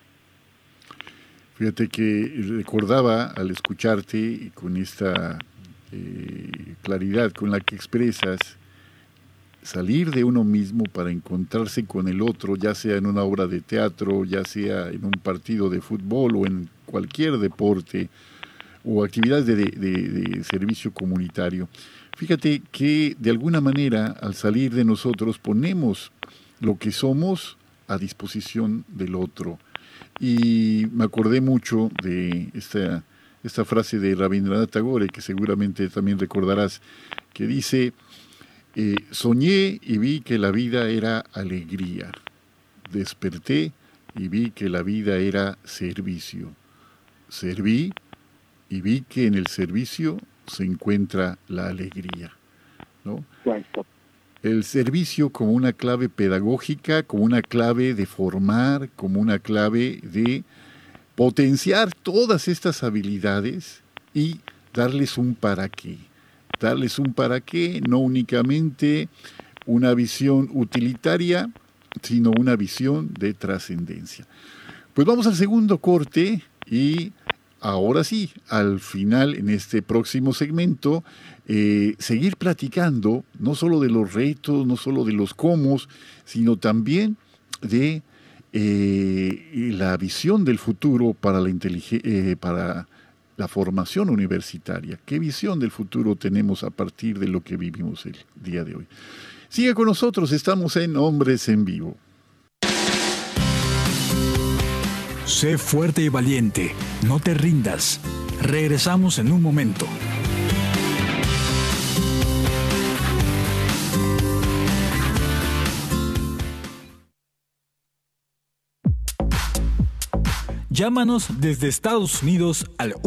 Speaker 4: Fíjate que recordaba al escucharte y con esta claridad con la que expresas, salir de uno mismo para encontrarse con el otro, ya sea en una obra de teatro, ya sea en un partido de fútbol o en cualquier deporte o actividades de servicio comunitario. Fíjate que de alguna manera al salir de nosotros ponemos lo que somos a disposición del otro. Y me acordé mucho de esta frase de Rabindranath Tagore, que seguramente también recordarás, que dice: soñé y vi que la vida era alegría, desperté y vi que la vida era servicio, serví y vi que en el servicio se encuentra la alegría, ¿no? El servicio como una clave pedagógica, como una clave de formar, como una clave de potenciar todas estas habilidades y darles un para qué. Darles un para qué, no únicamente una visión utilitaria, sino una visión de trascendencia. Pues vamos al segundo corte y ahora sí, al final, en este próximo segmento, seguir platicando no solo de los retos, no solo de los cómo, sino también de la visión del futuro para para la formación universitaria. ¿Qué visión del futuro tenemos a partir de lo que vivimos el día de hoy? Sigue con nosotros, estamos en Hombres en Vivo.
Speaker 2: Sé fuerte y valiente, no te rindas. Regresamos en un momento. Llámanos desde Estados Unidos al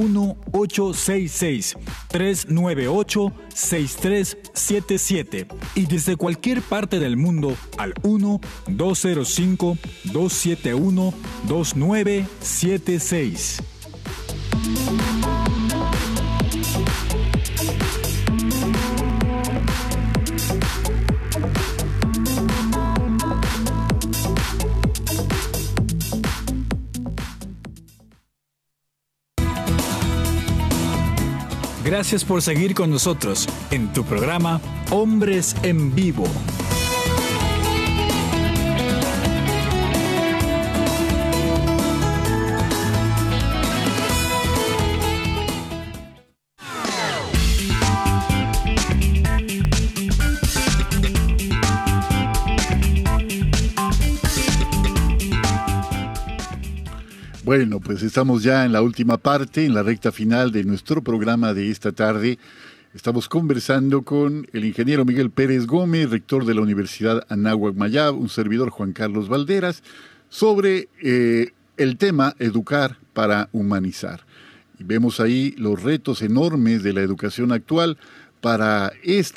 Speaker 2: 1-866-398-6377 y desde cualquier parte del mundo al 1-205-271-2976. Gracias por seguir con nosotros en tu programa Hombres en Vivo.
Speaker 4: Bueno, pues estamos ya en la última parte, en la recta final de nuestro programa de esta tarde. Estamos conversando con el ingeniero Miguel Pérez Gómez, rector de la Universidad Anáhuac Mayab, un servidor Juan Carlos Valderas, sobre el tema educar para humanizar. Y vemos ahí los retos enormes de la educación actual para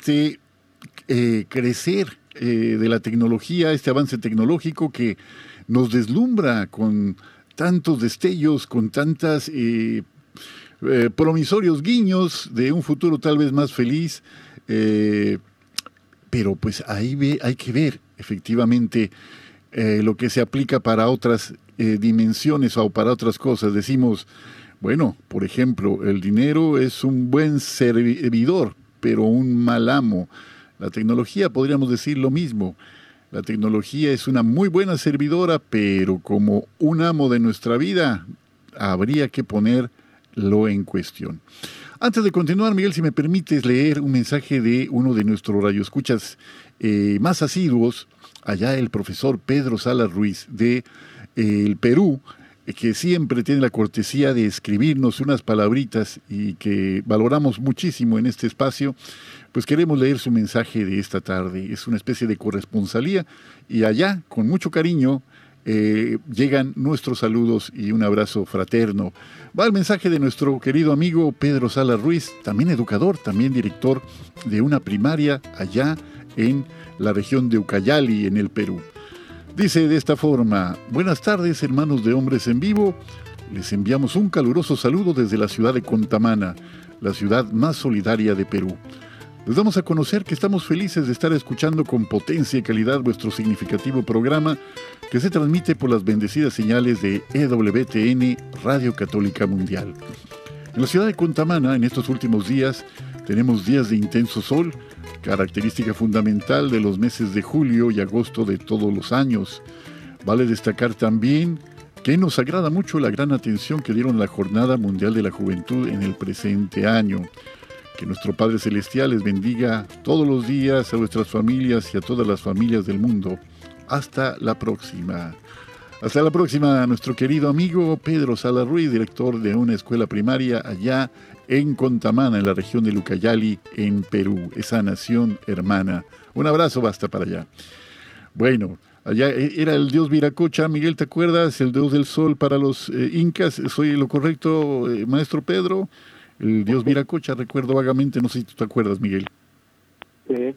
Speaker 4: crecer de la tecnología, este avance tecnológico que nos deslumbra con tantos destellos, con tantas promisorios guiños de un futuro tal vez más feliz, pero pues ahí hay que ver efectivamente lo que se aplica para otras dimensiones o para otras cosas. Decimos, bueno, por ejemplo, el dinero es un buen servidor, pero un mal amo. La tecnología podríamos decir lo mismo. La tecnología es una muy buena servidora, pero como un amo de nuestra vida, habría que ponerlo en cuestión. Antes de continuar, Miguel, si me permites leer un mensaje de uno de nuestros radioescuchas más asiduos, allá el profesor Pedro Salas Ruiz de el Perú, que siempre tiene la cortesía de escribirnos unas palabritas y que valoramos muchísimo en este espacio. Pues queremos leer su mensaje de esta tarde. Es una especie de corresponsalía y allá, con mucho cariño, llegan nuestros saludos y un abrazo fraterno. Va el mensaje de nuestro querido amigo Pedro Salas Ruiz, también educador, también director de una primaria allá en la región de Ucayali, en el Perú. Dice de esta forma: buenas tardes, hermanos de Hombres en Vivo. Les enviamos un caluroso saludo desde la ciudad de Contamana, la ciudad más solidaria de Perú. Les damos a conocer que estamos felices de estar escuchando con potencia y calidad vuestro significativo programa que se transmite por las bendecidas señales de EWTN, Radio Católica Mundial. En la ciudad de Contamana, en estos últimos días, tenemos días de intenso sol, característica fundamental de los meses de julio y agosto de todos los años. Vale destacar también que nos agrada mucho la gran atención que dieron a la Jornada Mundial de la Juventud en el presente año. Que nuestro Padre Celestial les bendiga todos los días a vuestras familias y a todas las familias del mundo. Hasta la próxima. Hasta la próxima, nuestro querido amigo Pedro Salas Ruiz, director de una escuela primaria allá en Contamana, en la región de Ucayali, en Perú, esa nación hermana. Un abrazo, basta para allá. Bueno, allá era el dios Viracocha, Miguel, ¿te acuerdas? El dios del sol para los incas. ¿Soy lo correcto, maestro Pedro? El dios Viracocha, recuerdo vagamente, no sé si tú te acuerdas, Miguel.
Speaker 5: Sí.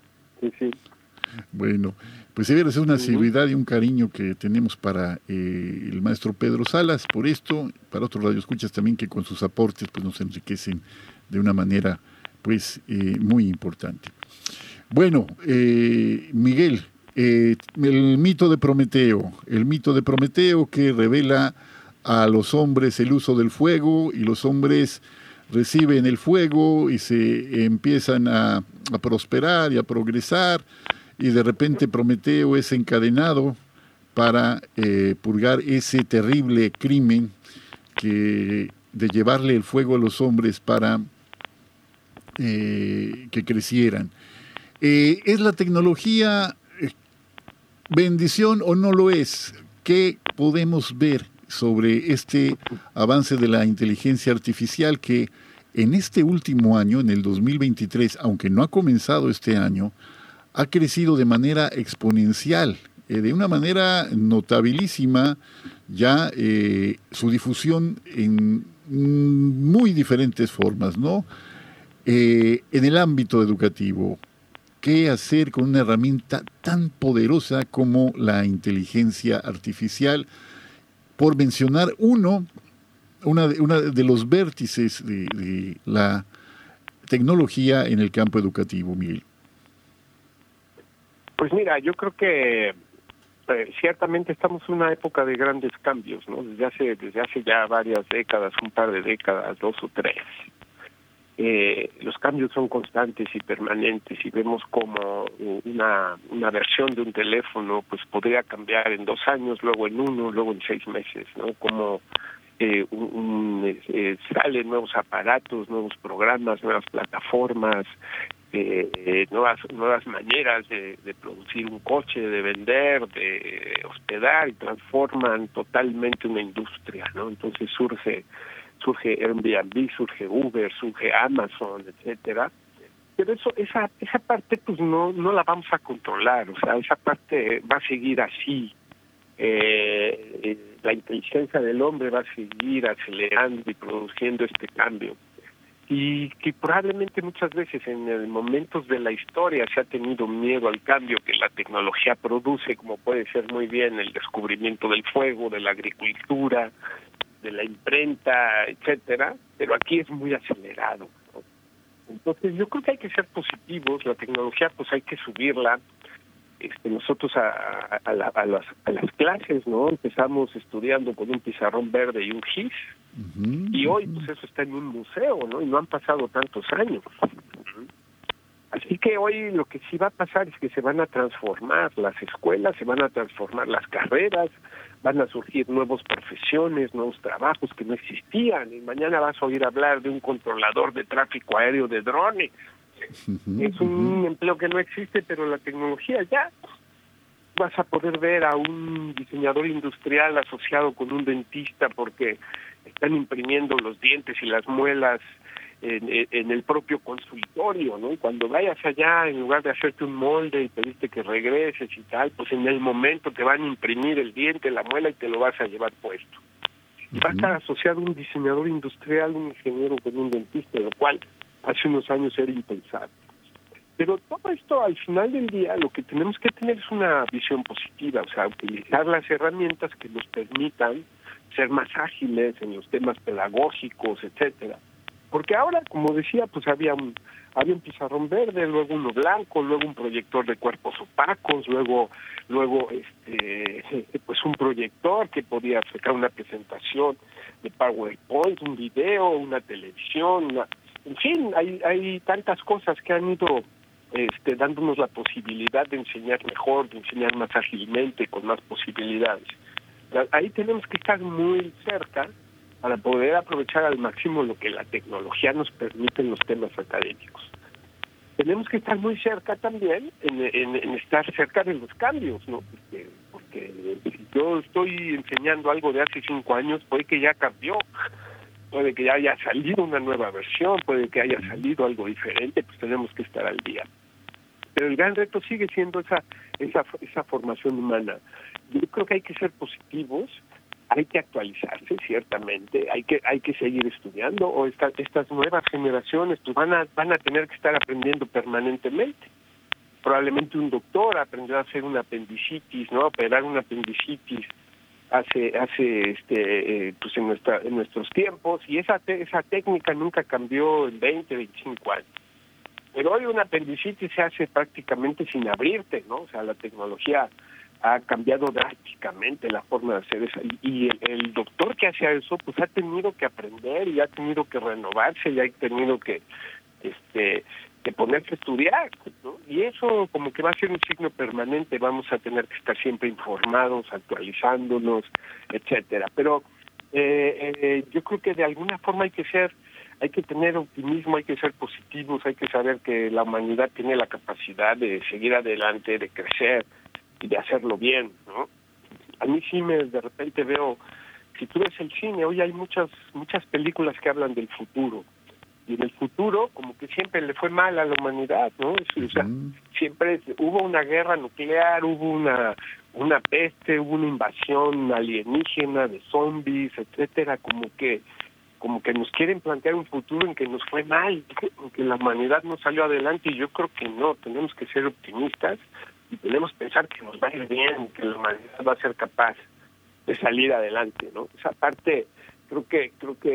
Speaker 4: Bueno, pues es una seguridad y un cariño que tenemos para el maestro Pedro Salas, por esto, para otros radioescuchas también que con sus aportes pues nos enriquecen de una manera pues muy importante. Bueno, Miguel, el mito de Prometeo que revela a los hombres el uso del fuego y los hombres reciben el fuego y se empiezan a prosperar y a progresar, y de repente Prometeo es encadenado para purgar ese terrible crimen de llevarle el fuego a los hombres para que crecieran. ¿Es la tecnología bendición o no lo es? ¿Qué podemos ver sobre este avance de la inteligencia artificial que en este último año, en el 2023, aunque no ha comenzado este año, ha crecido de manera exponencial, de una manera notabilísima, ya su difusión en muy diferentes formas, ¿no? En el ámbito educativo, ¿qué hacer con una herramienta tan poderosa como la inteligencia artificial? Por mencionar una de los vértices de la tecnología en el campo educativo, Miguel.
Speaker 5: Pues mira, yo creo que ciertamente estamos en una época de grandes cambios, ¿no? Desde hace ya varias décadas, un par de décadas, 2 o 3. Los cambios son constantes y permanentes, y vemos como una versión de un teléfono pues podría cambiar en 2 años, luego en 1, luego en 6 meses, ¿no? Como salen nuevos aparatos, nuevos programas, nuevas plataformas, nuevas maneras de producir un coche, de vender, de hospedar, y transforman totalmente una industria, ¿no? Entonces surge Airbnb, surge Uber, surge Amazon, etcétera. Pero esa parte pues no la vamos a controlar, o sea, esa parte va a seguir así. La inteligencia del hombre va a seguir acelerando y produciendo este cambio. Y que probablemente muchas veces en momentos de la historia se ha tenido miedo al cambio que la tecnología produce, como puede ser muy bien el descubrimiento del fuego, de la agricultura, de la imprenta, etcétera, pero aquí es muy acelerado, ¿no? Entonces yo creo que hay que ser positivos. La tecnología pues hay que subirla. Nosotros a las clases, ¿no? Empezamos estudiando con un pizarrón verde y un GIS, y hoy pues eso está en un museo, ¿no? Y no han pasado tantos años. Así que hoy lo que sí va a pasar es que se van a transformar las escuelas, se van a transformar las carreras, van a surgir nuevas profesiones, nuevos trabajos que no existían. Y mañana vas a oír hablar de un controlador de tráfico aéreo de drones. Es un empleo que no existe, pero la tecnología ya. Vas a poder ver a un diseñador industrial asociado con un dentista porque están imprimiendo los dientes y las muelas en el propio consultorio, ¿no? Y cuando vayas allá, en lugar de hacerte un molde y pedirte que regreses y tal, pues en el momento te van a imprimir el diente, la muela, y te lo vas a llevar puesto. Y va a estar asociado un diseñador industrial, un ingeniero con un dentista, lo cual hace unos años era impensable. Pero todo esto, al final del día, lo que tenemos que tener es una visión positiva, o sea, utilizar las herramientas que nos permitan ser más ágiles en los temas pedagógicos, etcétera. Porque ahora, como decía, pues había un pizarrón verde, luego uno blanco, luego un proyector de cuerpos opacos, luego pues un proyector que podía sacar una presentación de PowerPoint, un video, una televisión, en fin, hay tantas cosas que han ido dándonos la posibilidad de enseñar mejor, de enseñar más ágilmente, con más posibilidades. Ahí tenemos que estar muy cerca para poder aprovechar al máximo lo que la tecnología nos permite en los temas académicos. Tenemos que estar muy cerca también en estar cerca de los cambios, ¿no? Porque si yo estoy enseñando algo de hace 5 años, puede que ya cambió, puede que ya haya salido una nueva versión, puede que haya salido algo diferente, pues tenemos que estar al día. Pero el gran reto sigue siendo esa formación humana. Yo creo que hay que ser positivos, hay que actualizarse, ciertamente, hay que seguir estudiando, o estas nuevas generaciones pues van a tener que estar aprendiendo permanentemente. Probablemente un doctor aprendió a hacer una apendicitis, ¿no? Operar una apendicitis pues en nuestros tiempos, y esa técnica nunca cambió en 20, 25 años. Pero hoy una apendicitis se hace prácticamente sin abrirte, ¿no? O sea, la tecnología ha cambiado drásticamente la forma de hacer eso. Y el doctor que hacía eso, pues ha tenido que aprender y ha tenido que renovarse y ha tenido que ponerse a estudiar, ¿no? Y eso como que va a ser un signo permanente, vamos a tener que estar siempre informados, actualizándonos, etcétera. Pero yo creo que de alguna forma hay que tener optimismo, hay que ser positivos, hay que saber que la humanidad tiene la capacidad de seguir adelante, de crecer y de hacerlo bien, ¿no? A mí sí de repente veo, si tú ves el cine, hoy hay muchas películas que hablan del futuro. Y en el futuro, como que siempre le fue mal a la humanidad, ¿no? O sea, siempre hubo una guerra nuclear, hubo una peste, hubo una invasión alienígena de zombies, etcétera, como que nos quieren plantear un futuro en que nos fue mal, en que la humanidad no salió adelante, y yo creo que no, tenemos que ser optimistas y tenemos que pensar que nos va a ir bien, que la humanidad va a ser capaz de salir adelante, ¿no? Esa parte creo que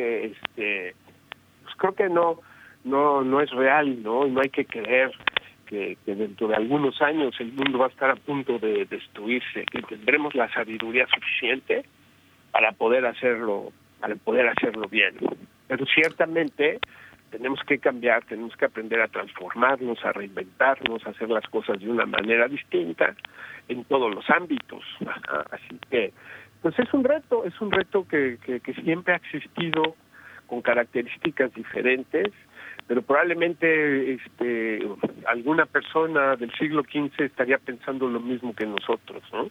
Speaker 5: no es real, ¿no? Y no hay que creer que dentro de algunos años el mundo va a estar a punto de destruirse, que tendremos la sabiduría suficiente para poder hacerlo bien. Pero ciertamente tenemos que cambiar, tenemos que aprender a transformarnos, a reinventarnos, a hacer las cosas de una manera distinta en todos los ámbitos. Así que, pues es un reto que siempre ha existido, con características diferentes, pero probablemente alguna persona del siglo XV estaría pensando lo mismo que nosotros, ¿no?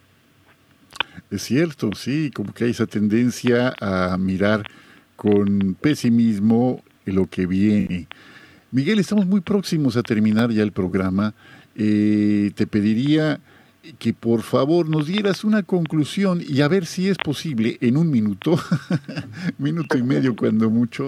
Speaker 4: Es cierto, sí, como que hay esa tendencia a mirar con pesimismo lo que viene. Miguel, estamos muy próximos a terminar ya el programa. Te pediría que por favor nos dieras una conclusión y a ver si es posible en un minuto, minuto y medio cuando mucho,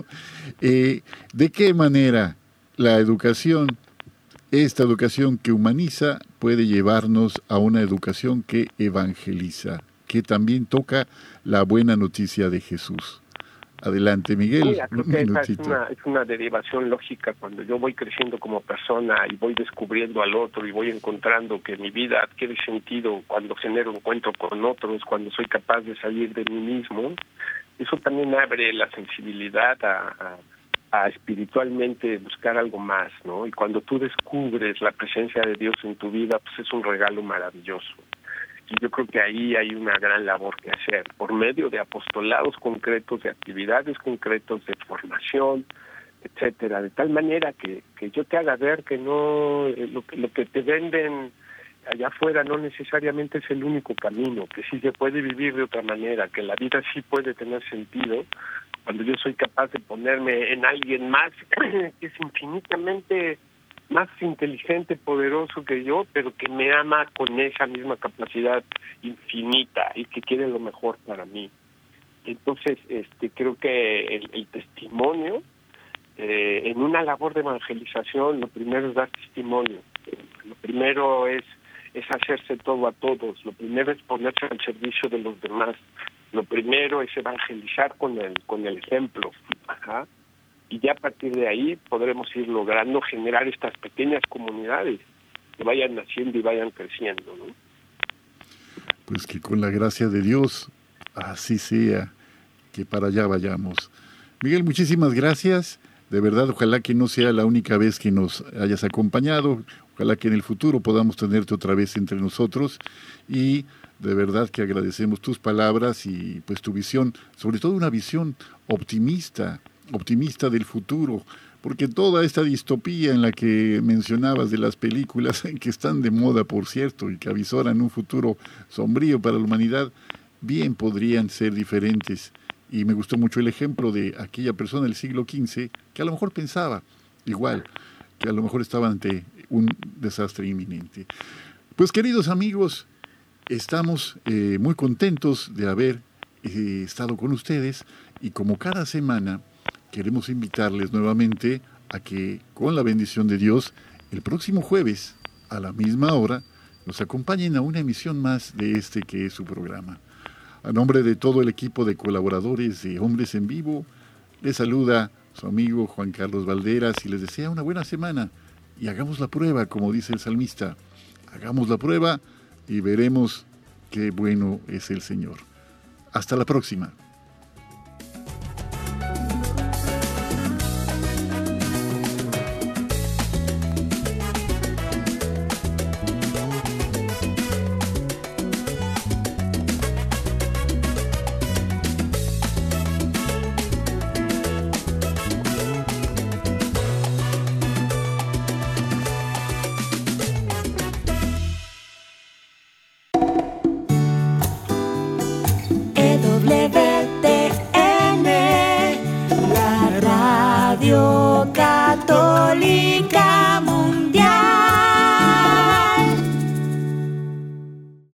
Speaker 4: de qué manera la educación, esta educación que humaniza, puede llevarnos a una educación que evangeliza, que también toca la buena noticia de Jesús. Adelante, Miguel.
Speaker 5: Creo que esa es una derivación lógica. Cuando yo voy creciendo como persona y voy descubriendo al otro y voy encontrando que mi vida adquiere sentido cuando genero encuentro con otros, cuando soy capaz de salir de mí mismo, eso también abre la sensibilidad a espiritualmente buscar algo más, ¿no? Y cuando tú descubres la presencia de Dios en tu vida, pues es un regalo maravilloso. Y yo creo que ahí hay una gran labor que hacer, por medio de apostolados concretos, de actividades concretas, de formación, etcétera, de tal manera que yo te haga ver que no lo que te venden allá afuera no necesariamente es el único camino, que sí se puede vivir de otra manera, que la vida sí puede tener sentido cuando yo soy capaz de ponerme en alguien más que es infinitamente más inteligente, poderoso que yo, pero que me ama con esa misma capacidad infinita y que quiere lo mejor para mí. Entonces, creo que el testimonio, en una labor de evangelización, lo primero es dar testimonio. Lo primero es hacerse todo a todos. Lo primero es ponerse al servicio de los demás. Lo primero es evangelizar con el ejemplo. Ajá. Y ya a partir de ahí podremos ir logrando generar estas pequeñas comunidades que vayan naciendo y vayan creciendo, ¿no?
Speaker 4: Pues que con la gracia de Dios así sea, que para allá vayamos. Miguel, muchísimas gracias. De verdad, ojalá que no sea la única vez que nos hayas acompañado. Ojalá que en el futuro podamos tenerte otra vez entre nosotros. Y de verdad que agradecemos tus palabras y pues tu visión, sobre todo una visión optimista del futuro, porque toda esta distopía en la que mencionabas de las películas, que están de moda, por cierto, y que avisoran un futuro sombrío para la humanidad, bien podrían ser diferentes. Y me gustó mucho el ejemplo de aquella persona del siglo XV que a lo mejor pensaba igual, que a lo mejor estaba ante un desastre inminente. Pues queridos amigos, estamos muy contentos de haber estado con ustedes y como cada semana queremos invitarles nuevamente a que, con la bendición de Dios, el próximo jueves, a la misma hora, nos acompañen a una emisión más de este que es su programa. A nombre de todo el equipo de colaboradores de Hombres en Vivo, les saluda su amigo Juan Carlos Valderas y les desea una buena semana. Y hagamos la prueba, como dice el salmista, hagamos la prueba y veremos qué bueno es el Señor. Hasta la próxima.
Speaker 1: EWTN, la Radio Católica Mundial.